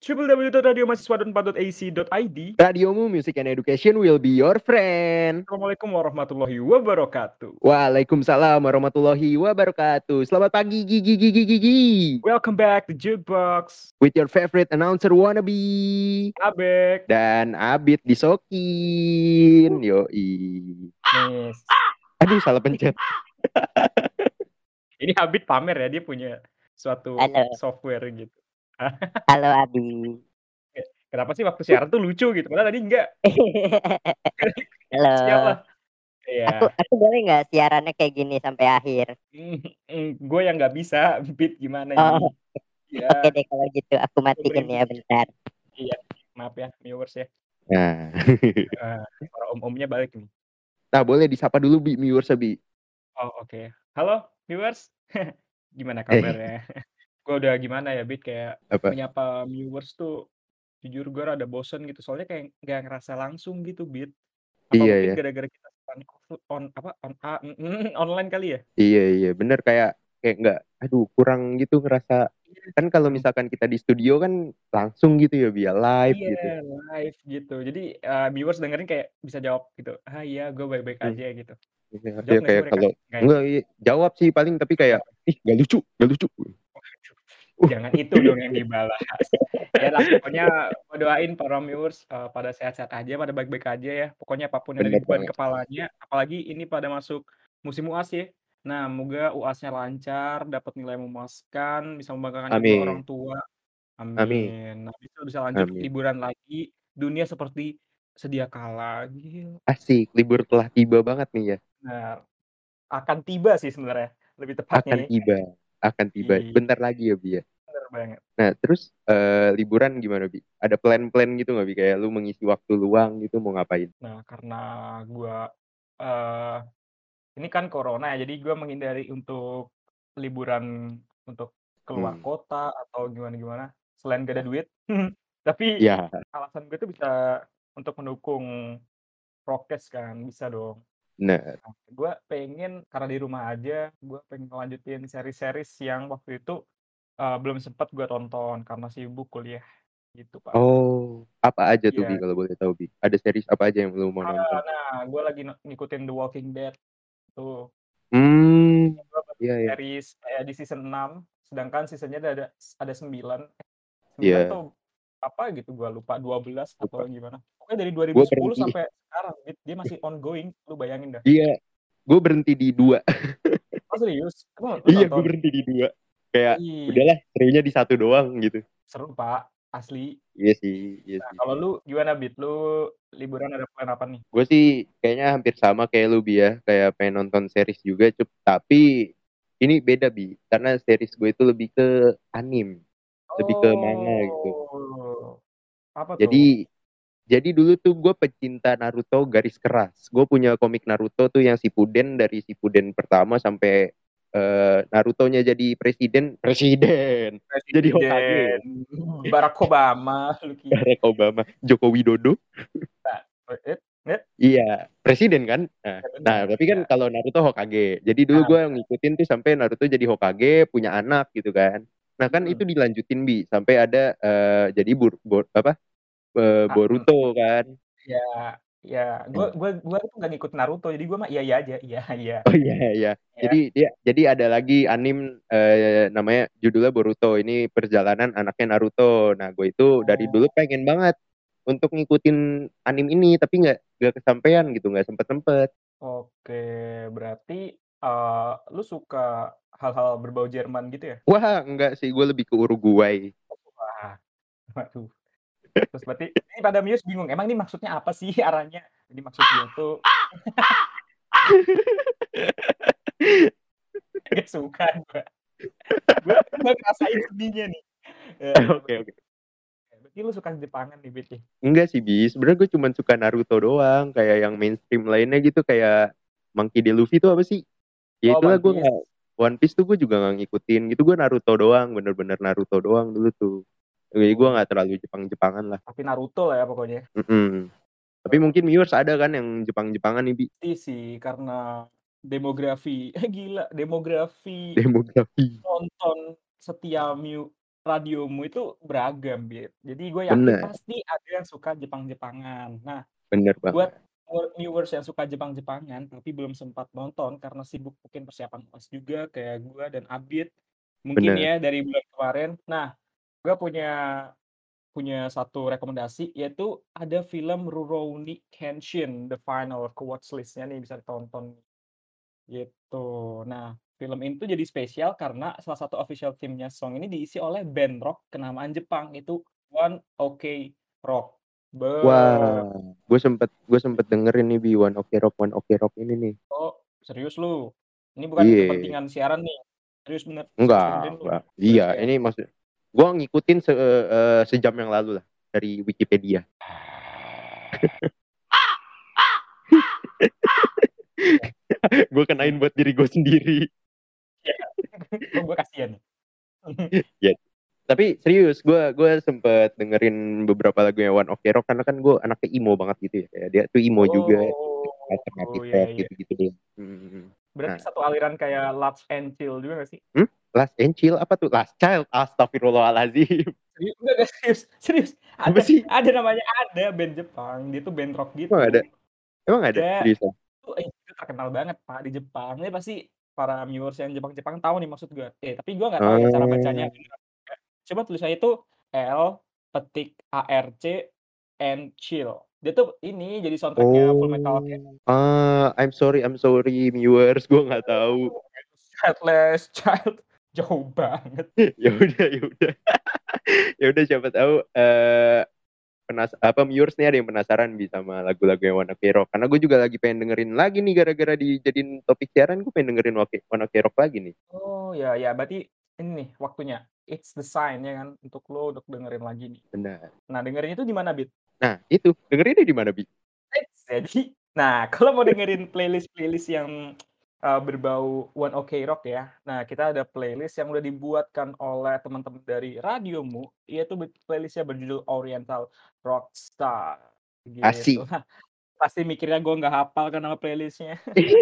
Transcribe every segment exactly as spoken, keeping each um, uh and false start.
w w w dot radio mahasiswa dot unpad dot a c dot i d. Radiomu Music and Education will be your friend. Assalamualaikum warahmatullahi wabarakatuh. Waalaikumsalam warahmatullahi wabarakatuh. Selamat pagi gigi gigi gigi. Welcome back to Jukebox. With your favorite announcer wannabe. Abek. Dan Abid disokin. Yoi. Nih. Aduh, salah pencet. Ini Abid pamer ya, dia punya suatu Halo. software gitu. Halo Abi. Kenapa sih waktu siaran tuh lucu gitu, padahal tadi enggak. Halo. Siapa? Iya. Aku aku boleh nggak siarannya kayak gini sampai akhir? Hmm, hmm, gue yang nggak bisa, Bit gimana Oh. ini? Ya. Oke deh kalau gitu, aku matiin ya bentar. Iya, maaf ya viewers ya. Nah. uh, para om-omnya balik nih. Nah, boleh disapa dulu Bi, viewers Bi. Oh, oke. Okay. Halo viewers. Gimana kabarnya? Gue udah gimana ya, Bit, kayak Apa? menyapa viewers tuh jujur gue rada bosen gitu. Soalnya kayak nggak ngerasa langsung gitu, Bit. Apa Iya, mungkin ya. gara-gara kita on apa on a, mm, online kali ya? Iya, iya, bener kayak kayak nggak aduh kurang gitu ngerasa. Kan kalau misalkan kita di studio kan langsung gitu ya, biar live iya, gitu. live gitu. Jadi uh, viewers dengerin kayak bisa jawab gitu. Ah iya, gue baik-baik Hmm. aja gitu. Ya, Jawab ya nggak sih kayak mereka? kalau Nggak, enggak iya, jawab sih paling tapi kayak ih gak lucu, gak lucu. Uh. Jangan itu dong yang dibalas. Ya lah, pokoknya gue doain para viewers uh, pada sehat-sehat aja, pada baik-baik aja ya. Pokoknya apapun yang ada di beban kepalanya, apalagi ini pada masuk musim U A S ya. Nah, moga U A S-nya lancar, dapat nilai memuaskan, bisa membanggakan kedua Amin. orang tua. Amin. Amin. Nah, bisa bisa lanjut Amin. liburan lagi, dunia seperti sedia kala. Gila. Asik, libur telah tiba banget nih ya. Nah, akan tiba sih sebenarnya, lebih tepatnya. Akan ya. tiba, akan tiba. Iya. Bentar lagi ya, Bi ya. Bener banget. Nah, terus uh, liburan gimana, Bi? Ada plan-plan gitu nggak, Bi? Kayak lu mengisi waktu luang gitu mau ngapain? Nah, karena gua uh, ini kan corona ya, jadi gue menghindari untuk liburan untuk keluar Hmm. kota atau gimana-gimana. Selain gak ada duit, tapi Ya. alasan gue tuh bisa untuk mendukung prokes kan, bisa dong. Nah, nah gue pengen karena di rumah aja, gue pengen lanjutin seri-series yang waktu itu uh, belum sempat gue tonton karena sibuk kuliah gitu Pak. Oh, apa aja tuh yeah. Bi kalau boleh tahu Bi? Ada series apa aja yang lu mau ah, nonton? Nah, gue lagi ngikutin The Walking Dead tuh. Hmm, iya ya. Series kayak di season enam, sedangkan seasonnya ada ada sembilan. sembilan Yeah. tuh apa gitu gua lupa, dua belas Lupa. atau gimana. Pokoknya dari dua ribu sepuluh berhenti. sampai sekarang dia masih ongoing, lu bayangin dah. Iya. Gue berhenti di dua. Oh serius? Emang, iya, gue berhenti di dua. Kayak Ii. udahlah, serunya di satu doang gitu. Seru Pak, asli. Iya sih, iya nah, sih. Kalau lu gimana Bit? Lu liburan ada plan apa nih? Gue sih kayaknya hampir sama kayak lu Bi ya, kayak pengen nonton series juga, cup. Tapi ini beda Bi, karena series gue itu lebih ke anim, oh. lebih ke manga gitu. Apa Jadi tuh? jadi dulu tuh gue pecinta Naruto garis keras. Gue punya komik Naruto tuh yang Shippuden, dari Shippuden pertama sampai uh, Naruto-nya jadi presiden, presiden, presiden. Jadi Hokage. Barack Obama, Barack Obama, Joko Widodo. Iya, presiden kan. Nah, ya, nah tapi kan ya. Kalau Naruto Hokage. Jadi dulu nah, gue ngikutin tuh sampai Naruto jadi Hokage, punya anak gitu kan. Nah kan hmm. itu dilanjutin Bi sampai ada uh, jadi bur, bur apa? Uh, Boruto kan. Ya, ya. Gue gue gue tuh gak ngikut Naruto, jadi gue mah iya iya aja, iya iya. Oh iya iya. Ya. Jadi dia jadi ada lagi anim uh, namanya judulnya Boruto. Ini perjalanan anaknya Naruto. Nah gue itu oh. dari dulu pengen banget untuk ngikutin anim ini, tapi nggak nggak kesampaian gitu, nggak sempet sempet. Oke, berarti uh, lu suka hal-hal berbau Jerman gitu ya? Wah, enggak sih, gue lebih ke Uruguay. Wah, waduh. Terus berarti ini pada Mius bingung, emang ini maksudnya apa sih arahnya? Jadi maksudnya tuh gak suka gue. Gue gue ngerasain sedihnya nih. Oke oke. Berarti lu suka Jepangan nih, Biti? Enggak sih, Bis. Sebenarnya gue cuma suka Naruto doang. Kayak yang mainstream lainnya gitu. Kayak Monkey D. Luffy itu apa sih? Ya oh, itulah gue gak... One Piece tuh gue juga gak ngikutin. Gitu gue Naruto doang. Bener-bener Naruto doang dulu tuh. Jadi oh. gue gak terlalu Jepang-Jepangan lah. Tapi Naruto lah ya pokoknya. Mm-mm. Tapi oh. mungkin viewers ada kan yang Jepang-Jepangan nih, Bi? Iya sih, karena demografi. Eh gila, demografi. Demografi. Nonton setia Miu radiomu itu beragam, Bit. Jadi gue yakin Bener. pasti ada yang suka Jepang-Jepangan. Nah, Bener buat banget. viewers yang suka Jepang-Jepangan tapi belum sempat nonton karena sibuk mungkin persiapan U A S juga kayak gue dan Abid, mungkin Bener. ya dari bulan kemarin. Nah, gue punya punya satu rekomendasi yaitu ada film Rurouni Kenshin The Final ke watchlist-nya nih bisa ditonton. Gitu. Nah, film ini tuh jadi spesial karena salah satu official theme-nya song ini diisi oleh band rock kenamaan Jepang, itu One Ok Rock. Beuh. Wah, gue sempet gue sempet dengerin nih Bi, One Ok Rock, One Ok Rock ini nih. Oh, serius lu? Ini bukan Iya. kepentingan siaran nih? Serius bener serius dengerin Enggak, lu? enggak. Serius Iya, ya? ini maksud gue ngikutin se eh, sejam yang lalu lah dari Wikipedia. Gue kenain buat diri gue sendiri. Iya, kok gue kasihan. Ya, tapi serius, gue gue sempet dengerin beberapa lagunya One Ok Rock karena kan gue anaknya emo banget gitu ya. Kayak dia tuh emo juga, alternatif Oh, iya rock iya. gitu-gitu deh. Hmm. Berarti Nah, satu aliran kayak Love and Chill juga gak sih? hmm? Last and Chill apa tuh? Last Child, astagfirullahaladzim. Serius, enggak, enggak, serius, serius. Apa Ada, sih? ada namanya, ada band Jepang, dia tuh band rock Emang ada? gitu. Emang ada? Ada. Seriusan? Itu, eh, itu terkenal banget Pak di Jepang. Ini pasti para viewers yang Jepang-Jepang tahu nih maksud gue. Eh, tapi gue nggak tahu ya cara bacanya. Hmm. Coba tulisannya itu L petik A R C and chill. Dia tuh ini jadi soundtracknya Full Metal Alchemist. Oh, ah, I'm sorry, I'm sorry, viewers, gue nggak tahu. Headless Child, jauh banget. Ya udah, ya udah, ya udah siapa tahu eh penas apa viewers nih ada yang penasaran bisa sama lagu-lagu yang One Ok Rock. Karena gue juga lagi pengen dengerin lagi nih gara-gara dijadiin topik siaran, gue pengen dengerin One Ok Rock lagi nih. Oh ya ya, berarti ini nih waktunya. It's the sign ya kan untuk lo untuk dengerin lagi nih. Benar. Nah dengerin itu di mana, Bit? Nah itu dengerinnya di mana Bi? Jadi, nah kalau mau dengerin playlist-playlist yang uh, berbau One Ok Rock ya, nah kita ada playlist yang udah dibuatkan oleh teman-teman dari radiomu, yaitu playlistnya berjudul Oriental Rockstar, gitu. Asik. Nah, pasti mikirnya gue nggak hafal kan nama playlistnya.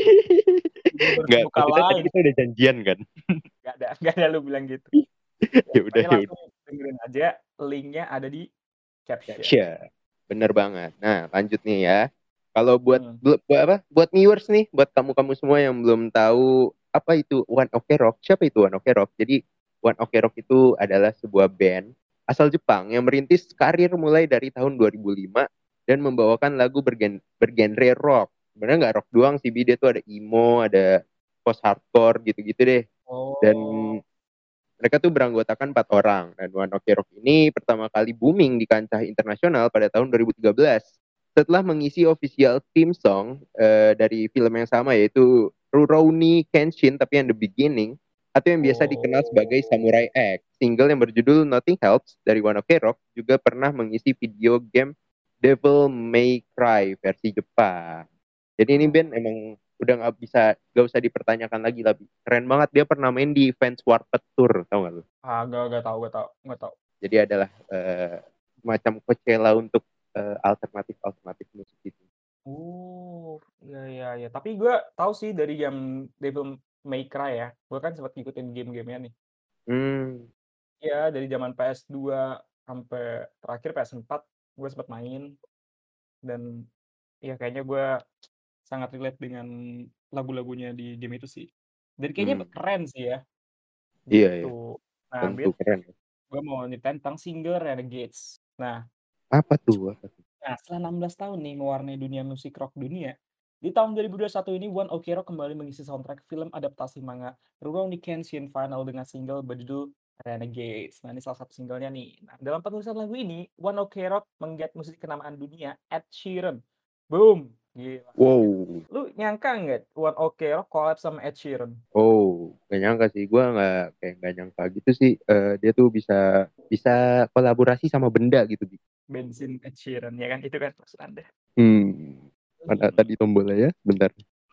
Gue harus Nggak, buka maksudnya tadi lain. kita udah janjian kan? Gak ada, gak ada lu bilang gitu. Ya, Ya udah, pokoknya ya udah. langsung dengerin aja, linknya ada di caption. Capture. Bener banget. Nah, lanjut nih ya. Kalau buat Hmm. buat apa? Buat viewers nih, buat kamu-kamu semua yang belum tahu apa itu One Ok Rock. Siapa itu One Ok Rock? Jadi One Ok Rock itu adalah sebuah band asal Jepang yang merintis karir mulai dari tahun dua ribu lima dan membawakan lagu bergen, bergenre rock. Sebenarnya nggak rock doang sih, Bi. Dia tuh ada emo, ada post hardcore gitu-gitu deh. Dan Oh. mereka tuh beranggotakan empat orang. Dan One Ok Rock ini pertama kali booming di kancah internasional pada tahun dua ribu tiga belas. Setelah mengisi official theme song uh, dari film yang sama yaitu Rurouni Kenshin tapi yang The Beginning atau yang biasa dikenal sebagai Samurai X. Single yang berjudul Nothing Helps dari One Ok Rock juga pernah mengisi video game Devil May Cry versi Jepang. Jadi ini band emang udah nggak bisa nggak usah dipertanyakan lagi lah. Keren banget, dia pernah main di Fans Warped Tour, tau gak lu? Ah, gak, gak tau, gak tau, gak tau. Jadi adalah uh, macam Coachella untuk uh, alternatif alternatif musik itu. Oh, iya iya iya. Tapi gue tahu sih dari game Devil May Cry ya. Gue kan sempat ngikutin game-gamenya nih. Hmm. Iya, dari zaman P S dua sampai terakhir P S empat gue sempat main dan ya kayaknya gue sangat relate dengan lagu-lagunya di game itu sih. Dan kayaknya Hmm. keren sih ya. Iya ya, Gitu. Nah, tentu Bit, keren. gue mau nyeritain tentang single Renegades. Nah, Apa tuh? Apa tuh? Nah, setelah enam belas tahun nih mewarnai dunia musik rock dunia, di tahun dua ribu dua puluh satu ini One Ok Rock kembali mengisi soundtrack film adaptasi manga Rurouni Kenshin Final dengan single berjudul Renegades. Nah, ini salah satu singlenya nih. Nah, dalam penulisan lagu ini, One Ok Rock menggait musisi kenamaan dunia, Ed Sheeran. Boom! Gila. Wow. Lu nyangka nggak One Ok Rock collab sama Ed Sheeran? Oh, gak nyangka sih. Gue nggak kayak nggak nyangka gitu sih. Uh, dia tuh bisa bisa kolaborasi sama benda gitu. Bensin Ed Sheeran, ya kan? Itu kan maksud Anda. Hmm. Mana Hmm. tadi tombolnya ya? Bentar.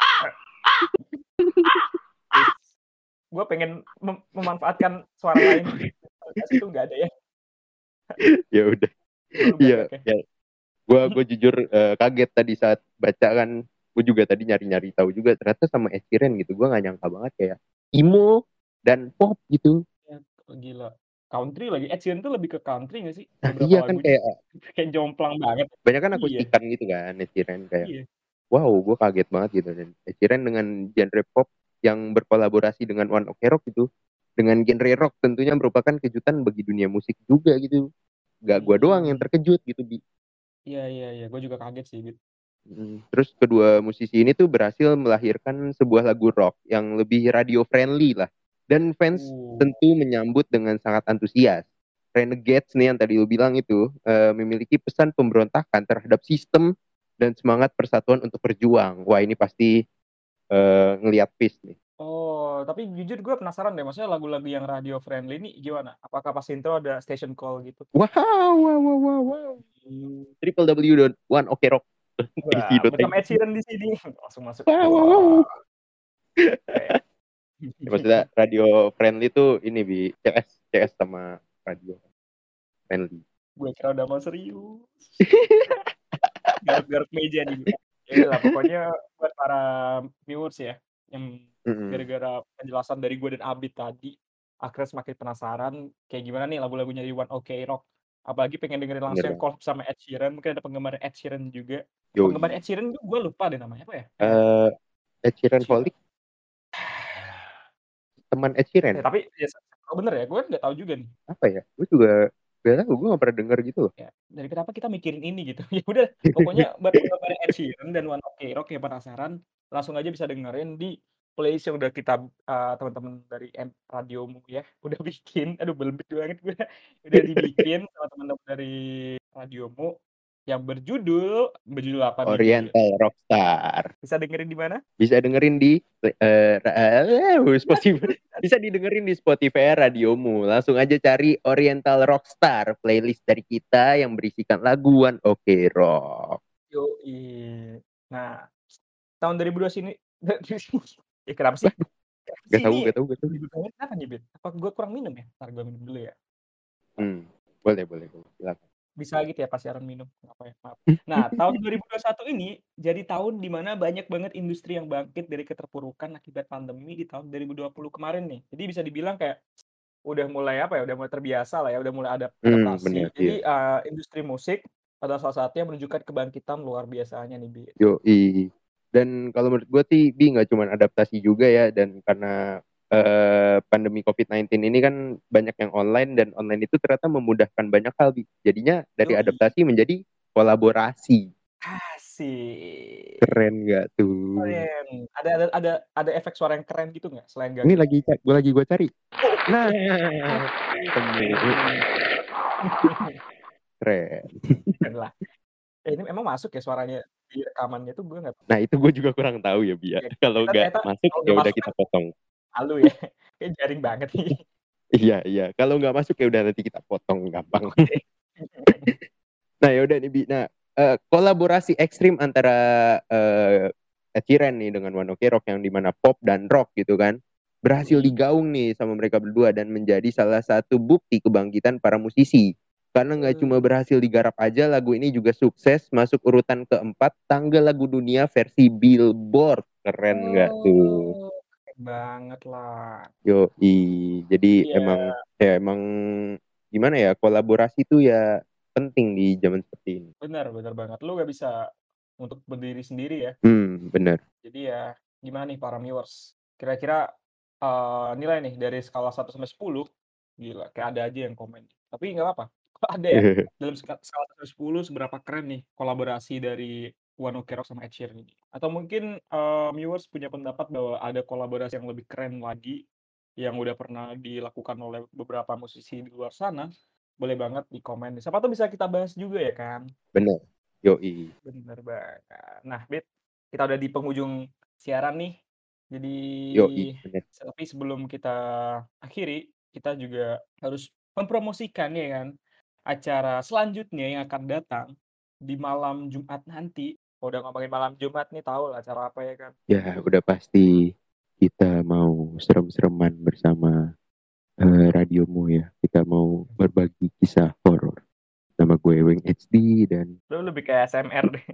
Gue pengen mem memanfaatkan suara lain di podcast itu nggak ada ya. Ya udah. Iya, ya. Gue gue jujur uh, kaget tadi saat baca kan. Gue juga tadi nyari-nyari tahu juga ternyata sama Ed Sheeran gitu. Gue nggak nyangka banget kayak emo dan pop gitu. Ya, gila. country lagi. Ed Sheeran tuh lebih ke country nggak sih? Nah Beberapa iya kan lagunya. kayak Kayak jomplang banget. banyakan Iya. akustikan gitu kan Ed Sheeran kayak, Iya. wow gue kaget banget gitu. Dan Ed Sheeran dengan genre pop yang berkolaborasi dengan One Ok Rock gitu, dengan genre rock tentunya merupakan kejutan bagi dunia musik juga gitu. Gak gue doang yang Hmm. terkejut gitu Bi. Iya iya iya, gue juga kaget sih gitu. Hmm, Terus kedua musisi ini tuh berhasil melahirkan sebuah lagu rock yang lebih radio friendly lah. Dan fans Uh. tentu menyambut dengan sangat antusias. Renegades nih yang tadi lu bilang itu uh, memiliki pesan pemberontakan terhadap sistem dan semangat persatuan untuk berjuang. Wah ini pasti uh, ngelihat Peace nih. Oh, tapi jujur gue penasaran deh, maksudnya lagu-lagu yang radio friendly ini gimana? Apakah pas intro ada station call gitu? Wow, wow, wow, wow, wow. Hmm. w w w dot one ok rock dot a c Wah, dot bersama i d. Ed Sheeran di sini. Langsung masuk. Wow, wow, Wah. wow. Keren. Ya, maksudnya radio friendly tuh ini Bi, C S, C S sama radio friendly. Gue kira udah mau serius. Garuk-garuk meja nih. Ya udahlah, pokoknya buat para viewers ya, yang Mm-mm. gara-gara penjelasan dari gue dan Abid tadi, akhirnya semakin penasaran kayak gimana nih lagu-lagunya di One Ok Rock. Apalagi pengen dengerin langsung Bener yang collab sama Ed Sheeran, mungkin ada penggemar Ed Sheeran juga. Yoi. Penggemar Ed Sheeran gue lupa deh namanya apa ya? Uh, Ed Sheeran Sheeran. Holic. Teman Ed Sheeran. Eh, tapi ya, oh bener ya, gue nggak tahu juga nih. Apa ya? Gue juga gak tahu, gue gak pernah denger gitu loh. Ya, dari kenapa kita mikirin ini gitu. Ya udah, pokoknya buat penggemar Ed Sheeran dan One Ok Rock yang penasaran, langsung aja bisa dengerin di playlist yang udah kita uh, teman-teman dari M Radiomu ya udah bikin. Aduh belibet banget gue. Udah dibikin sama teman-teman dari Radiomu yang berjudul berjudul apa nih? Oriental Rockstar. Bisa dengerin di mana? Bisa dengerin di uh, uh, Spotify. Bisa didengerin di Spotify Radiomu. Langsung aja cari Oriental Rockstar, playlist dari kita yang berisikan lagu One Ok Rock. Yoi. Nah, tahun dua ribu dua sini eh kenapa sih? Gak tahu, gak tahu, gak tahu. Kenapa nih, Bit? Apa gue kurang minum ya? Ntar gue minum dulu ya. Hmm, boleh, boleh, boleh. Silakan. Bisa gitu ya pas siaran minum. Kenapa ya? Maaf. Nah, tahun dua ribu dua puluh satu ini jadi tahun di mana banyak banget industri yang bangkit dari keterpurukan akibat pandemi di tahun dua ribu dua puluh kemarin nih. Jadi bisa dibilang kayak udah mulai apa ya? Udah mulai terbiasa lah ya, udah mulai ada adaptasi. Hmm, bener, Jadi iya. uh, industri musik pada salah satunya menunjukkan kebangkitan luar biasanya nih, Bi. Yoi. Dan kalau menurut gue sih, Bi nggak cuma adaptasi juga ya, dan karena uh, pandemi covid sembilan belas ini kan banyak yang online, dan online itu ternyata memudahkan banyak hal, Bi. Jadinya dari Yoi. adaptasi menjadi kolaborasi. Asik. Keren nggak tuh? Keren. Ada ada ada ada efek suara yang keren gitu nggak selain gak? Ini lagi gue lagi gue cari. Oh, nah, keren. Keren lah. Eh, ini emang masuk ya suaranya di rekamannya tuh gue nggak. Nah itu gue juga kurang tahu ya Bia. Ya, kalau nggak masuk ya udah kita potong. Halu ya, kayak jaring banget nih. Iya iya. Kalau nggak masuk ya udah nanti kita potong gampang. Nah ya udah nih Bi. Nah uh, kolaborasi ekstrim antara uh, Ed Sheeran nih dengan One Ok Rock yang dimana pop dan rock gitu kan berhasil digaung nih sama mereka berdua dan menjadi salah satu bukti kebangkitan para musisi. Karena nggak cuma berhasil digarap aja, lagu ini juga sukses masuk urutan keempat tangga lagu dunia versi Billboard. Keren nggak oh, tuh? Keren banget lah. Yoi. Jadi yeah. emang ya emang gimana ya, kolaborasi tuh ya penting di zaman seperti ini. Benar, benar banget. Lu gak bisa untuk berdiri sendiri ya. Hmm, benar. Jadi ya gimana nih para viewers? Kira-kira uh, nilai nih dari skala satu sampai sepuluh. Gila, kayak ada aja yang komen. Tapi nggak apa-apa. Ada ya, dalam skala satu sampai sepuluh seberapa keren nih kolaborasi dari One Ok Rock sama Ed Sheeran ini. Atau mungkin uh, viewers punya pendapat bahwa ada kolaborasi yang lebih keren lagi yang udah pernah dilakukan oleh beberapa musisi di luar sana. Boleh banget di komen. Siapa tuh bisa kita bahas juga ya kan? Bener, yoi. Bener banget. Nah, Bit, kita udah di penghujung siaran nih. Jadi, yoi, bener. Tapi sebelum kita akhiri, kita juga harus mempromosikan ya kan acara selanjutnya yang akan datang di malam Jumat nanti. Oh, udah ngomongin malam Jumat nih, tahu lah acara apa ya kan? Ya, udah pasti kita mau serem-sereman bersama uh, Radiomu ya. Kita mau berbagi kisah horor. Nama gue Weng H D dan... Lu lebih kayak A S M R deh.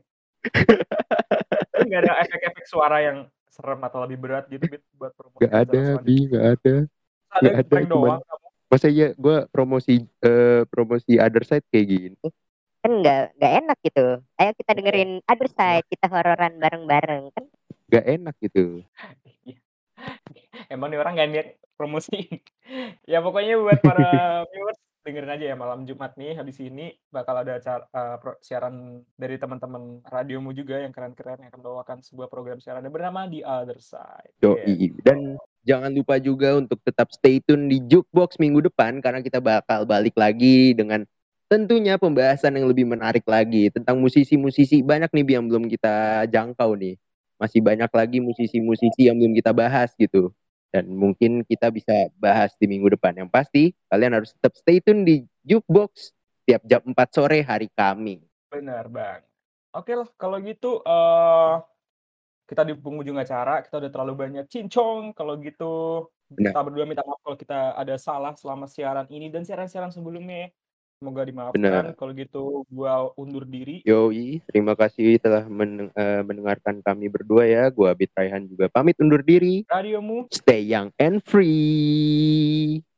Lu gak ada efek-efek suara yang serem atau lebih berat gitu, Bit, buat promosi gak ada, Bi, gak ada. Ada prank doang kamu. Masa iya gue promosi eh, promosi other side kayak gini? Kan nggak nggak enak gitu. Ayo kita Iya. dengerin Other Side, kita hororan bareng-bareng kan. Gak enak gitu. Iya. Emang nih orang nggak niat promosiin. Ya pokoknya buat para viewers dengerin aja ya malam Jumat nih habis ini bakal ada acara eee, pro siaran dari teman-teman radiomu juga yang keren-keren yang akan membawakan sebuah program siaran yang bernama The Other Side, Yoi. gitu. Dan jangan lupa juga untuk tetap stay tune di Jukebox minggu depan karena kita bakal balik lagi dengan tentunya pembahasan yang lebih menarik lagi tentang musisi-musisi. Banyak nih yang belum kita jangkau nih. Masih banyak lagi musisi-musisi yang belum kita bahas gitu. Dan mungkin kita bisa bahas di minggu depan. Yang pasti kalian harus tetap stay tune di Jukebox setiap jam empat sore hari Kamis. Benar, Bang. Oke lah kalau gitu, eee, kita di penghujung acara, kita udah terlalu banyak cincong, kalau gitu Benar. kita berdua minta maaf kalau kita ada salah selama siaran ini dan siaran-siaran sebelumnya. Semoga dimaafkan, Benar. kalau gitu gua undur diri. Yoi, terima kasih telah men- eh, mendengarkan kami berdua ya. Gua Abid Raihan juga pamit undur diri. Radiomu Stay young and free.